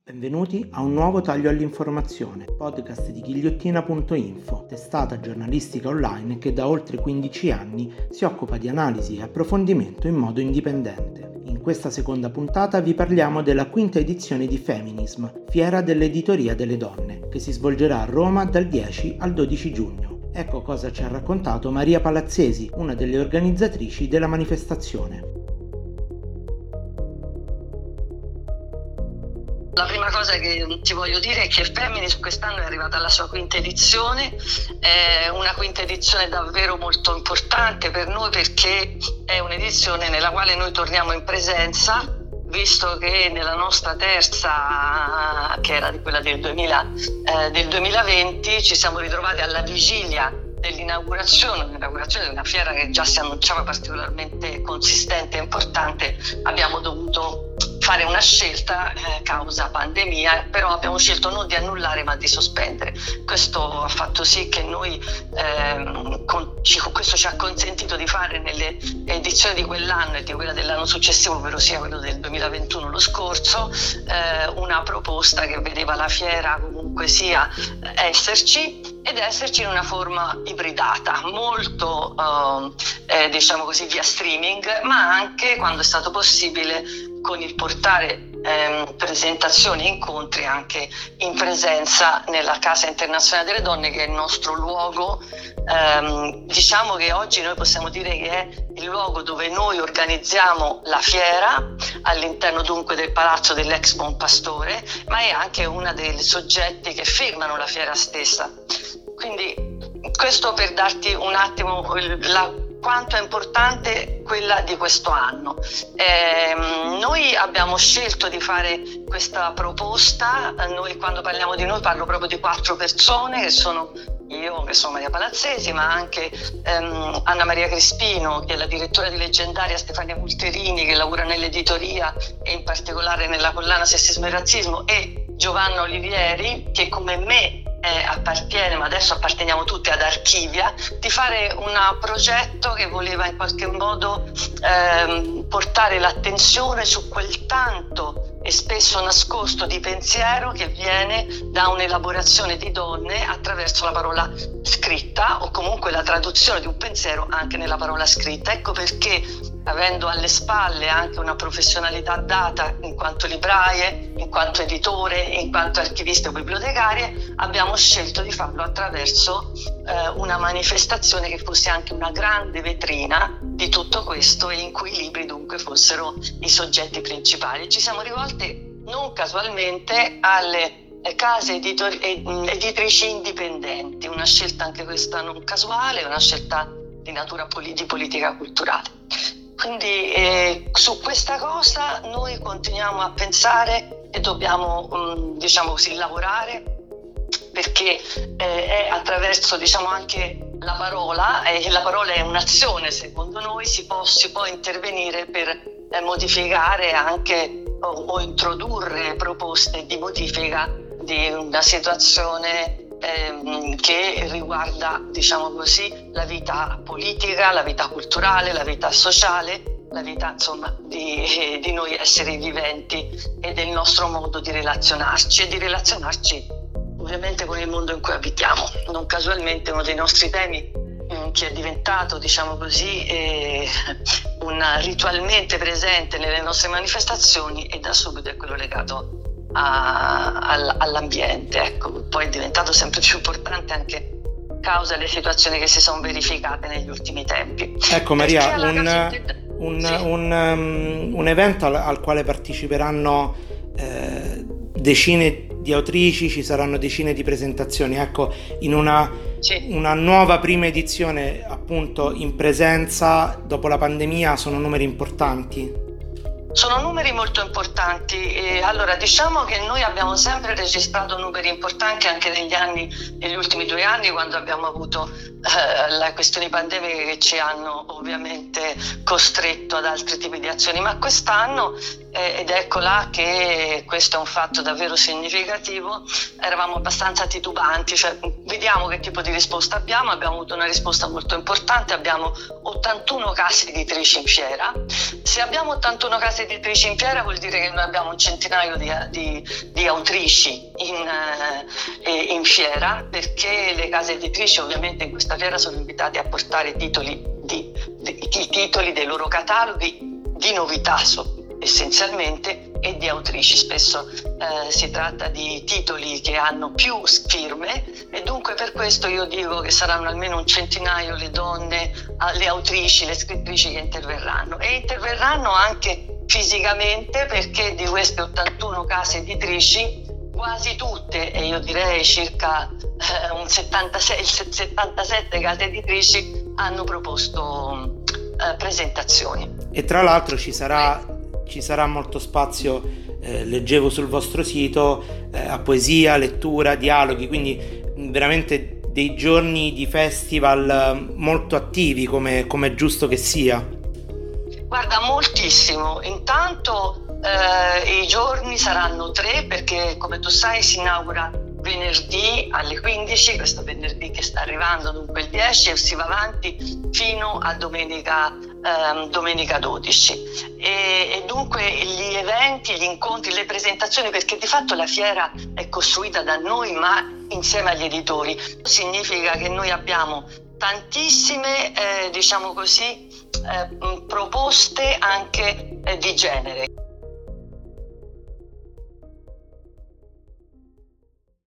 Benvenuti a un nuovo taglio all'informazione, podcast di Ghigliottina.info, testata giornalistica online che da oltre 15 anni si occupa di analisi e approfondimento in modo indipendente. In questa seconda puntata vi parliamo della quinta edizione di Feminism, fiera dell'editoria delle donne, che si svolgerà a Roma dal 10 al 12 giugno. Ecco cosa ci ha raccontato Maria Palazzesi, una delle organizzatrici della manifestazione. La prima cosa che ti voglio dire è che il Feminism quest'anno è arrivata alla sua quinta edizione, è una quinta edizione davvero molto importante per noi perché è un'edizione nella quale noi torniamo in presenza, visto che nella nostra terza, che era di quella del 2020, ci siamo ritrovati alla vigilia dell'inaugurazione di una fiera che già si annunciava particolarmente consistente e importante. Abbiamo dovuto fare una scelta causa pandemia, però abbiamo scelto non di annullare ma di sospendere. Questo ha fatto sì che noi questo ci ha consentito di fare nelle edizioni di quell'anno e di quella dell'anno successivo, ovvero sia quello del 2021 lo scorso, una proposta che vedeva la fiera comunque sia esserci ed esserci in una forma ibridata, molto diciamo così via streaming, ma anche quando è stato possibile con il portare presentazioni e incontri anche in presenza nella Casa Internazionale delle Donne, che è il nostro luogo, diciamo che oggi noi possiamo dire che è il luogo dove noi organizziamo la fiera, all'interno dunque del palazzo dell'ex Buon Pastore, ma è anche uno dei soggetti che firmano la fiera stessa. Quindi questo per darti un attimo quanto è importante quella di questo anno. Noi abbiamo scelto di fare questa proposta. Noi, quando parliamo di noi, parlo proprio di 4 persone, che sono io, che sono Maria Palazzesi, ma anche Anna Maria Crispino, che è la direttora di Leggendaria, Stefania Multerini, che lavora nell'editoria e in particolare nella collana Sessismo e Razzismo, e Giovanna Olivieri, che come me appartiene, ma adesso apparteniamo tutti ad Archivia, di fare un progetto che voleva in qualche modo portare l'attenzione su quel tanto e spesso nascosto di pensiero che viene da un'elaborazione di donne attraverso la parola scritta, o comunque la traduzione di un pensiero anche nella parola scritta. Ecco perché, avendo alle spalle anche una professionalità data in quanto libraie, in quanto editore, in quanto archiviste o bibliotecarie, abbiamo scelto di farlo attraverso una manifestazione che fosse anche una grande vetrina di tutto questo e in cui i libri dunque fossero i soggetti principali. Ci siamo rivolte non casualmente alle case editrici indipendenti, una scelta anche questa non casuale, una scelta di natura di politica culturale. Quindi su questa cosa noi continuiamo a pensare e dobbiamo diciamo così lavorare, perché è attraverso diciamo anche la parola, e la parola è un'azione, secondo noi si può intervenire per modificare anche o introdurre proposte di modifica di una situazione che riguarda, diciamo così, la vita politica, la vita culturale, la vita sociale, la vita insomma di noi esseri viventi e del nostro modo di relazionarci e di relazionarci ovviamente con il mondo in cui abitiamo. Non casualmente uno dei nostri temi che è diventato, diciamo così, ritualmente presente nelle nostre manifestazioni e da subito è quello legato all'ambiente. Ecco, poi è diventato sempre più importante anche causa delle situazioni che si sono verificate negli ultimi tempi. Ecco Maria, un evento al quale parteciperanno decine di autrici, ci saranno decine di presentazioni. Ecco, in una nuova prima edizione appunto in presenza dopo la pandemia sono numeri importanti. Sono numeri molto importanti. Allora, diciamo che noi abbiamo sempre registrato numeri importanti anche negli ultimi 2 anni, quando abbiamo avuto le questioni pandemiche che ci hanno ovviamente costretto ad altri tipi di azioni, ma quest'anno, ed ecco là che questo è un fatto davvero significativo, eravamo abbastanza titubanti, cioè vediamo che tipo di risposta abbiamo avuto una risposta molto importante, abbiamo 81 case editrici in fiera. Se abbiamo 81 case editrici in fiera vuol dire che noi abbiamo un centinaio di autrici in fiera, perché le case editrici ovviamente in questa fiera sono invitate a portare i titoli dei loro cataloghi di novità essenzialmente, e di autrici. Spesso si tratta di titoli che hanno più firme, e dunque per questo io dico che saranno almeno un centinaio le donne, le autrici, le scrittrici che interverranno, e interverranno anche fisicamente, perché di queste 81 case editrici quasi tutte, e io direi circa 77 case editrici hanno proposto presentazioni. E tra l'altro ci sarà molto spazio, leggevo sul vostro sito, a poesia, lettura, dialoghi, quindi veramente dei giorni di festival molto attivi, come è giusto che sia. Guarda, moltissimo. Intanto i giorni saranno 3, perché come tu sai si inaugura venerdì alle 15, questo venerdì che sta arrivando, dunque il 10, e si va avanti fino a domenica 12, e dunque gli eventi, gli incontri, le presentazioni, perché di fatto la fiera è costruita da noi ma insieme agli editori, significa che noi abbiamo tantissime proposte anche di genere.